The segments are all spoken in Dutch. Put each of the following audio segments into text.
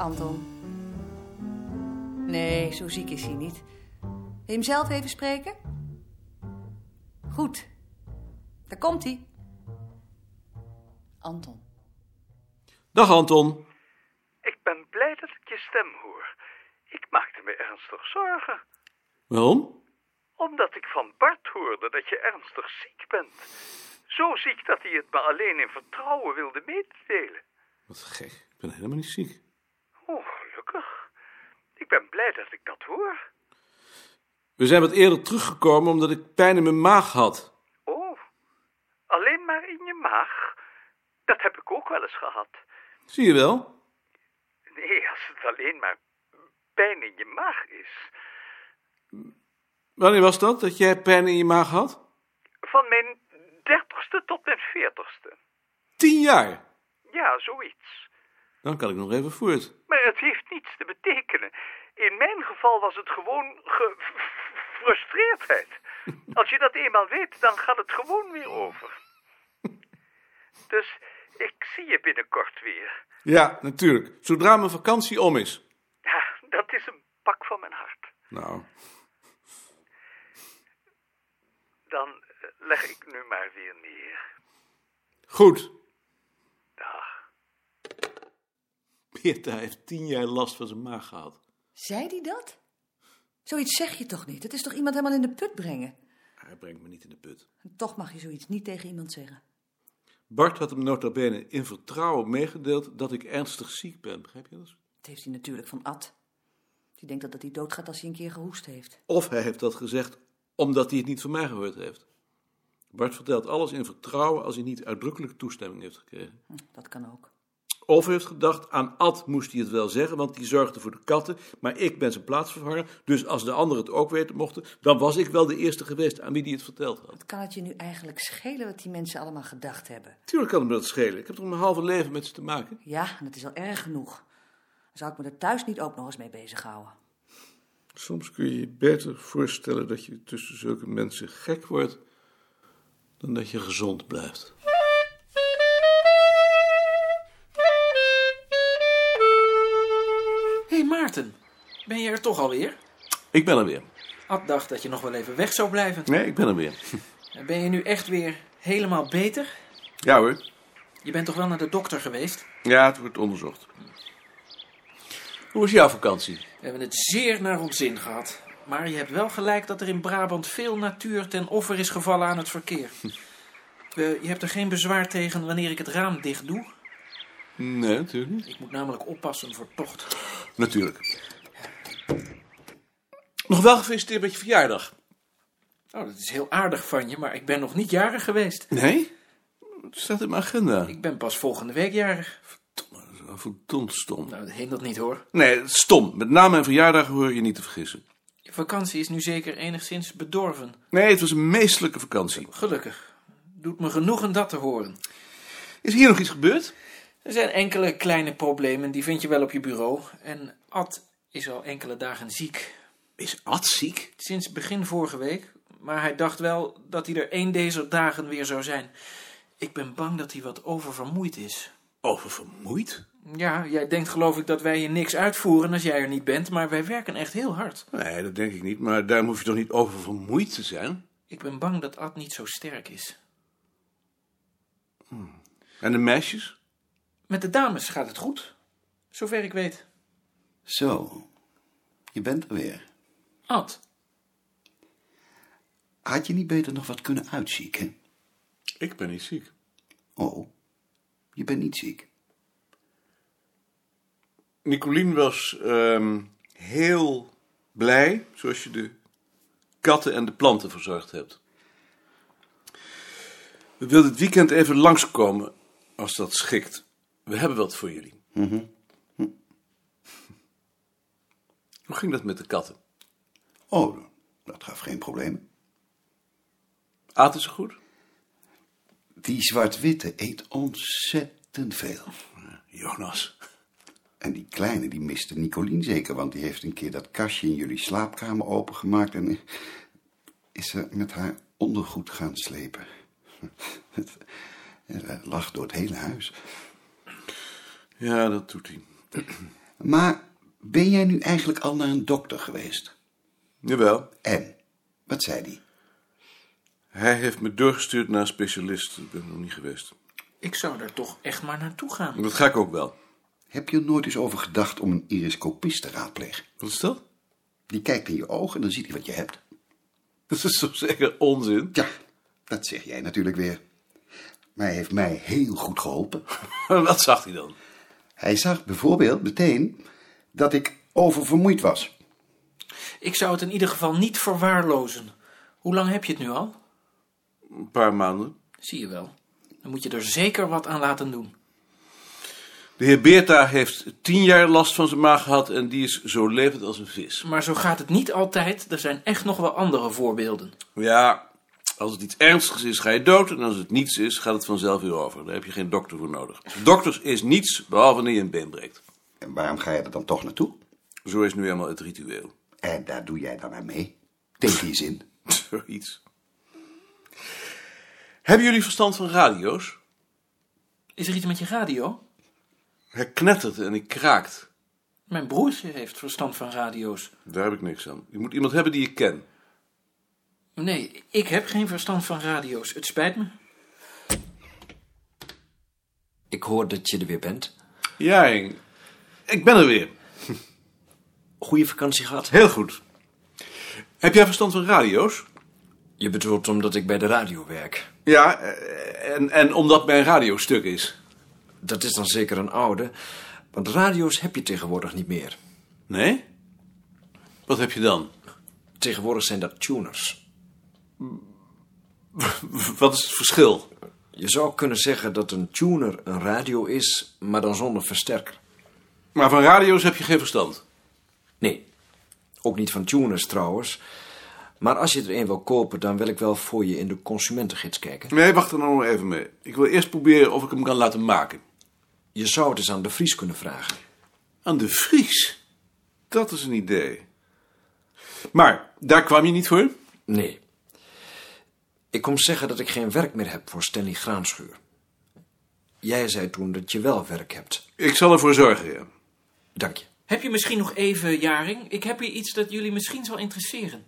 Anton. Nee, zo ziek is hij niet. Wil je hem zelf even spreken? Goed. Daar komt hij. Anton. Dag Anton. Ik ben blij dat ik je stem hoor. Ik maakte me ernstig zorgen. Waarom? Omdat ik van Bart hoorde dat je ernstig ziek bent. Zo ziek dat hij het me alleen in vertrouwen wilde mededelen. Wat gek, ik ben helemaal niet ziek. Oh, gelukkig. Ik ben blij dat ik dat hoor. We zijn wat eerder teruggekomen omdat ik pijn in mijn maag had. Oh, alleen maar in je maag? Dat heb ik ook wel eens gehad. Zie je wel? Nee, als het alleen maar pijn in je maag is. Wanneer was dat jij pijn in je maag had? Van mijn 30ste tot mijn 40ste. 10 jaar? Ja, zoiets. Dan kan ik nog even voort. Maar het heeft niets te betekenen. In mijn geval was het gewoon gefrustreerdheid. Als je dat eenmaal weet, dan gaat het gewoon weer over. Dus ik zie je binnenkort weer. Ja, natuurlijk. Zodra mijn vakantie om is. Ja, dat is een pak van mijn hart. Nou, Dan leg ik nu maar weer neer. goed. Dag. Beerta heeft 10 jaar last van zijn maag gehad. Zei hij dat? Zoiets zeg je toch niet? Het is toch iemand helemaal in de put brengen? Hij brengt me niet in de put. En toch mag je zoiets niet tegen iemand zeggen. Bart had hem nota bene in vertrouwen meegedeeld dat ik ernstig ziek ben. Begrijp je dat? Dat heeft hij natuurlijk van Ad. Die denkt dat hij doodgaat als hij een keer gehoest heeft. Of hij heeft dat gezegd omdat hij het niet van mij gehoord heeft. Bart vertelt alles in vertrouwen als hij niet uitdrukkelijk toestemming heeft gekregen. Dat kan ook. Of hij heeft gedacht, aan Ad moest hij het wel zeggen, want die zorgde voor de katten, maar ik ben zijn plaatsvervanger, dus als de anderen het ook weten mochten, dan was ik wel de eerste geweest aan wie die het verteld had. Wat kan het je nu eigenlijk schelen wat die mensen allemaal gedacht hebben? Tuurlijk kan het me dat schelen. Ik heb toch mijn halve leven met ze te maken. Ja, en dat is al erg genoeg. Zou ik me er thuis niet ook nog eens mee bezighouden? Soms kun je je beter voorstellen dat je tussen zulke mensen gek wordt, dan dat je gezond blijft. Hé Maarten, ben je er toch alweer? Ik ben er weer. Ad dacht dat je nog wel even weg zou blijven. Nee, ik ben er weer. Ben je nu echt weer helemaal beter? Ja hoor. Je bent toch wel naar de dokter geweest? Ja, het wordt onderzocht. Hoe was jouw vakantie? We hebben het zeer naar ons zin gehad. Maar je hebt wel gelijk dat er in Brabant veel natuur ten offer is gevallen aan het verkeer. Je hebt er geen bezwaar tegen wanneer ik het raam dicht doe? Nee, natuurlijk niet. Ik moet namelijk oppassen voor tocht. Natuurlijk. Nog wel gefeliciteerd met je verjaardag. Oh, dat is heel aardig van je, maar ik ben nog niet jarig geweest. Nee? Het staat in mijn agenda. Ik ben pas volgende week jarig. Verdomd stom. Nou, dat hindert niet hoor. Nee, het is stom. Met name en verjaardag hoor je niet te vergissen. Je vakantie is nu zeker enigszins bedorven. Nee, het was een meestelijke vakantie. Gelukkig. Doet me genoegen dat te horen. Is hier nog iets gebeurd? Er zijn enkele kleine problemen, die vind je wel op je bureau. En Ad is al enkele dagen ziek. Is Ad ziek? Sinds begin vorige week. Maar hij dacht wel dat hij er 1 deze dagen weer zou zijn. Ik ben bang dat hij wat oververmoeid is. Oververmoeid? Ja, jij denkt geloof ik dat wij hier niks uitvoeren als jij er niet bent. Maar wij werken echt heel hard. Nee, dat denk ik niet. Maar daarom hoef je toch niet oververmoeid te zijn? Ik ben bang dat Ad niet zo sterk is. En de meisjes? Met de dames gaat het goed. Zover ik weet. Zo, je bent er weer. Ad. Had je niet beter nog wat kunnen uitzieken? Ik ben niet ziek. Oh, je bent niet ziek. Nicolien was heel blij, zoals je de katten en de planten verzorgd hebt. We wilden het weekend even langskomen, als dat schikt. We hebben wat voor jullie. Hoe ging dat met de katten? Oh, dat gaf geen probleem. Aten ze goed? Die zwart-witte eet ontzettend veel. Jonas. En die kleine, die miste Nicolien zeker, want die heeft een keer dat kastje in jullie slaapkamer opengemaakt en is er met haar ondergoed gaan slepen. Het lag door het hele huis. Ja, dat doet hij. Maar ben jij nu eigenlijk al naar een dokter geweest? Jawel. En? Wat zei die? Hij heeft me doorgestuurd naar een specialist. Ik ben nog niet geweest. Ik zou daar toch echt maar naartoe gaan. Dat ga ik ook wel. Heb je er nooit eens over gedacht om een iriscopist te raadplegen? Wat is dat? Die kijkt in je ogen en dan ziet hij wat je hebt. Dat is toch zeker onzin? Ja, dat zeg jij natuurlijk weer. Maar hij heeft mij heel goed geholpen. Wat zag hij dan? Hij zag bijvoorbeeld meteen dat ik oververmoeid was. Ik zou het in ieder geval niet verwaarlozen. Hoe lang heb je het nu al? Een paar maanden. Zie je wel. Dan moet je er zeker wat aan laten doen. De heer Beerta heeft 10 jaar last van zijn maag gehad en die is zo levend als een vis. Maar zo gaat het niet altijd. Er zijn echt nog wel andere voorbeelden. Ja, als het iets ernstigs is, ga je dood. En als het niets is, gaat het vanzelf weer over. Daar heb je geen dokter voor nodig. Dokters is niets, behalve wanneer je een been breekt. En waarom ga je er dan toch naartoe? Zo is nu helemaal het ritueel. En daar doe jij dan aan mee? Tegen je zin? Zoiets. Hebben jullie verstand van radio's? Is er iets met je radio? Hij knettert en hij kraakt. Mijn broertje heeft verstand van radio's. Daar heb ik niks aan. Je moet iemand hebben die ik ken. Nee, ik heb geen verstand van radio's. Het spijt me. Ik hoor dat je er weer bent. Ja, ik ben er weer. Goeie vakantie gehad? Heel goed. Heb jij verstand van radio's? Je bedoelt omdat ik bij de radio werk. Ja, en omdat mijn radio stuk is. Dat is dan zeker een oude, want radio's heb je tegenwoordig niet meer. Nee? Wat heb je dan? Tegenwoordig zijn dat tuners. Wat is het verschil? Je zou kunnen zeggen dat een tuner een radio is, maar dan zonder versterker. Maar van radio's heb je geen verstand. Nee, ook niet van tuners trouwens. Maar als je er een wil kopen, dan wil ik wel voor je in de consumentengids kijken. Nee, wacht er nou nog even mee. Ik wil eerst proberen of ik hem kan laten maken. Je zou het eens aan de Vries kunnen vragen. Aan de Vries? Dat is een idee. Maar, daar kwam je niet voor? Nee. Ik kom zeggen dat ik geen werk meer heb voor Stanley Graanschuur. Jij zei toen dat je wel werk hebt. Ik zal ervoor zorgen, ja. Dank je. Heb je misschien nog even, Jaring? Ik heb hier iets dat jullie misschien zal interesseren.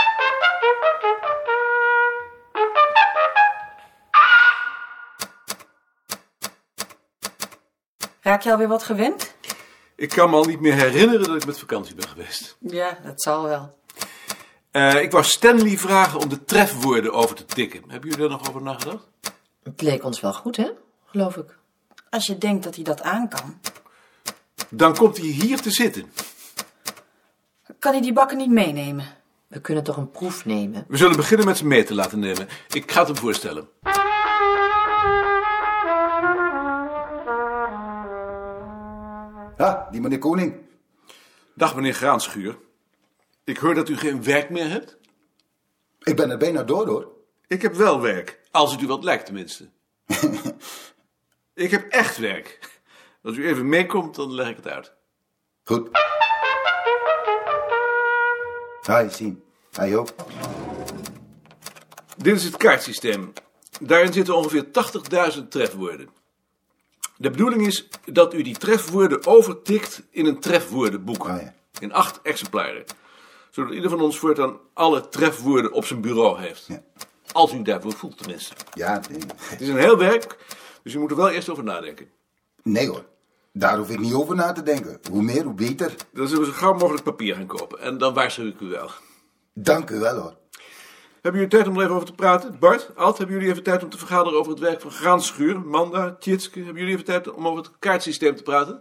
Raak je alweer wat gewend? Ik kan me al niet meer herinneren dat ik met vakantie ben geweest. Ja, dat zal wel. Ik wou Stanley vragen om de trefwoorden over te tikken. Hebben jullie daar nog over nagedacht? Het leek ons wel goed, hè? Geloof ik. Als je denkt dat hij dat aan kan. Dan komt hij hier te zitten. Kan hij die bakken niet meenemen? We kunnen toch een proef nemen? We zullen beginnen met ze mee te laten nemen. Ik ga het hem voorstellen. Ja, die meneer Koning. Dag meneer Graanschuur. Ik hoor dat u geen werk meer hebt. Ik ben er bijna door, hoor. Ik heb wel werk. Als het u wat lijkt tenminste. Ik heb echt werk. Als u even meekomt, dan leg ik het uit. Goed. Hi, Sien. Hi, ook. Dit is het kaartsysteem. Daarin zitten ongeveer 80.000 trefwoorden. De bedoeling is dat u die trefwoorden overtikt in een trefwoordenboek. Ah, ja. In 8 exemplaren. Zodat ieder van ons voortaan alle trefwoorden op zijn bureau heeft. Ja. Als u daarvoor voelt tenminste. Ja, nee. Het is een heel werk, dus u moet er wel eerst over nadenken. Nee, hoor. Daar hoef ik niet over na te denken. Hoe meer, hoe beter. Dan zullen we zo gauw mogelijk papier gaan kopen. En dan waarschuw ik u wel. Dank u wel, hoor. Hebben jullie tijd om er even over te praten? Bart, Alt, hebben jullie even tijd om te vergaderen over het werk van Graanschuur? Manda, Tjitske, hebben jullie even tijd om over het kaartsysteem te praten?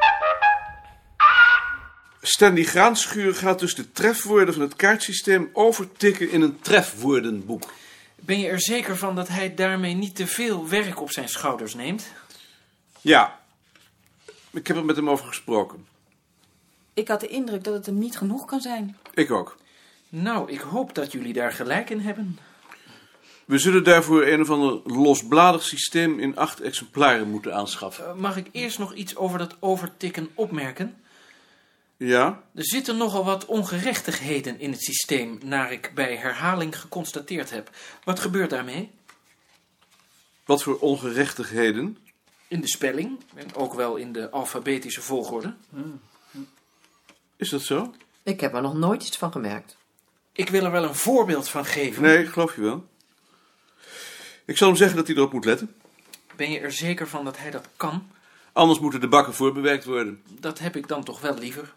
Stanley Graanschuur gaat dus de trefwoorden van het kaartsysteem overtikken in een trefwoordenboek. Ben je er zeker van dat hij daarmee niet te veel werk op zijn schouders neemt? Ja, ik heb er met hem over gesproken. Ik had de indruk dat het hem niet genoeg kan zijn. Ik ook. Nou, ik hoop dat jullie daar gelijk in hebben. We zullen daarvoor een of ander losbladig systeem in 8 exemplaren moeten aanschaffen. Mag ik eerst nog iets over dat overtikken opmerken? Ja? Er zitten nogal wat ongerechtigheden in het systeem, naar ik bij herhaling geconstateerd heb. Wat gebeurt daarmee? Wat voor ongerechtigheden? In de spelling en ook wel in de alfabetische volgorde. Is dat zo? Ik heb er nog nooit iets van gemerkt. Ik wil er wel een voorbeeld van geven. Nee, ik geloof je wel. Ik zal hem zeggen dat hij erop moet letten. Ben je er zeker van dat hij dat kan? Anders moeten de bakken voorbewerkt worden. Dat heb ik dan toch wel liever.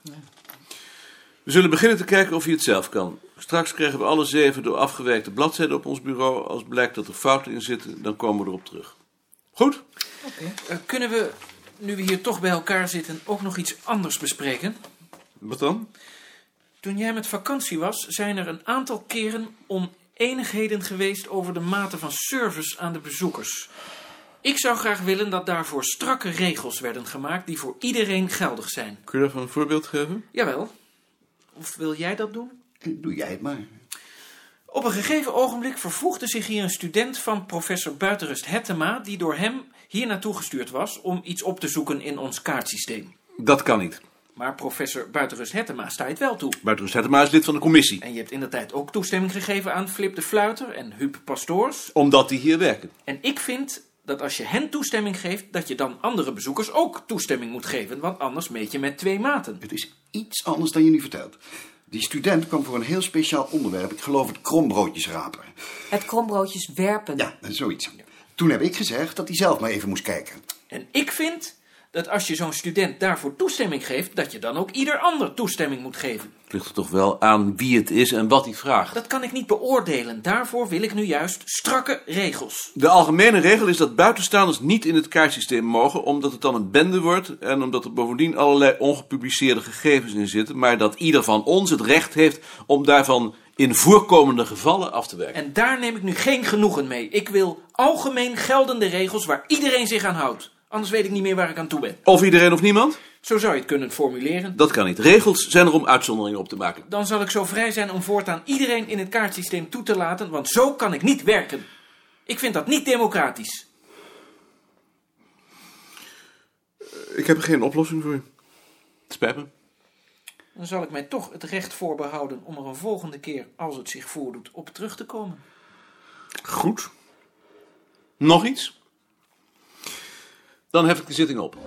We zullen beginnen te kijken of hij het zelf kan. Straks krijgen we alle 7 door afgewerkte bladzijden op ons bureau. Als blijkt dat er fouten in zitten, dan komen we erop terug. Goed? Kunnen we, nu we hier toch bij elkaar zitten, ook nog iets anders bespreken? Wat dan? Toen jij met vakantie was, zijn er een aantal keren oneenigheden geweest over de mate van service aan de bezoekers. Ik zou graag willen dat daarvoor strakke regels werden gemaakt die voor iedereen geldig zijn. Kun je daarvan een voorbeeld geven? Jawel. Of wil jij dat doen? Doe jij het maar. Op een gegeven ogenblik vervoegde zich hier een student van professor Buitenrust Hettema, die door hem hier naartoe gestuurd was om iets op te zoeken in ons kaartsysteem. Dat kan niet. Maar professor Buitenrust Hettema staat het wel toe. Buitenrust Hettema is lid van de commissie. En je hebt inderdaad ook toestemming gegeven aan Flip de Fluiter en Huub Pastoors. Omdat die hier werken. En ik vind dat als je hen toestemming geeft, dat je dan andere bezoekers ook toestemming moet geven, want anders meet je met 2 maten. Het is iets anders dan je nu vertelt. Die student kwam voor een heel speciaal onderwerp. Ik geloof het krombroodjes rapen. Het krombroodjes werpen. Ja, zoiets. Toen heb ik gezegd dat hij zelf maar even moest kijken. En ik vind dat als je zo'n student daarvoor toestemming geeft, dat je dan ook ieder ander toestemming moet geven. Het ligt er toch wel aan wie het is en wat hij vraagt. Dat kan ik niet beoordelen. Daarvoor wil ik nu juist strakke regels. De algemene regel is dat buitenstaanders niet in het kaartsysteem mogen, omdat het dan een bende wordt en omdat er bovendien allerlei ongepubliceerde gegevens in zitten, maar dat ieder van ons het recht heeft om daarvan in voorkomende gevallen af te werken. En daar neem ik nu geen genoegen mee. Ik wil algemeen geldende regels waar iedereen zich aan houdt. Anders weet ik niet meer waar ik aan toe ben. Of iedereen of niemand? Zo zou je het kunnen formuleren. Dat kan niet. Regels zijn er om uitzonderingen op te maken. Dan zal ik zo vrij zijn om voortaan iedereen in het kaartsysteem toe te laten, want zo kan ik niet werken. Ik vind dat niet democratisch. Ik heb er geen oplossing voor. Het spijt me. Dan zal ik mij toch het recht voorbehouden om er een volgende keer, als het zich voordoet, op terug te komen. Goed. Nog iets? Dan hef ik de zitting op.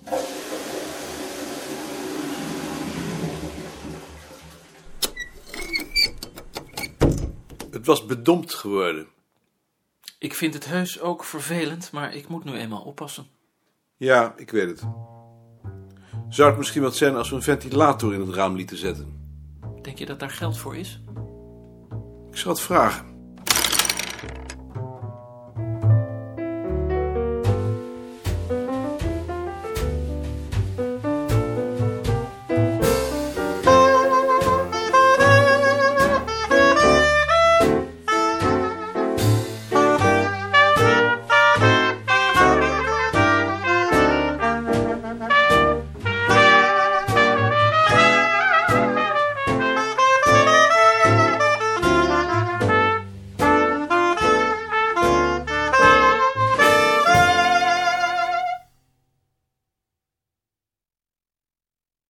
Het was bedompt geworden. Ik vind het heus ook vervelend, maar ik moet nu eenmaal oppassen. Ja, ik weet het. Zou het misschien wat zijn als we een ventilator in het raam lieten zetten? Denk je dat daar geld voor is? Ik zal het vragen.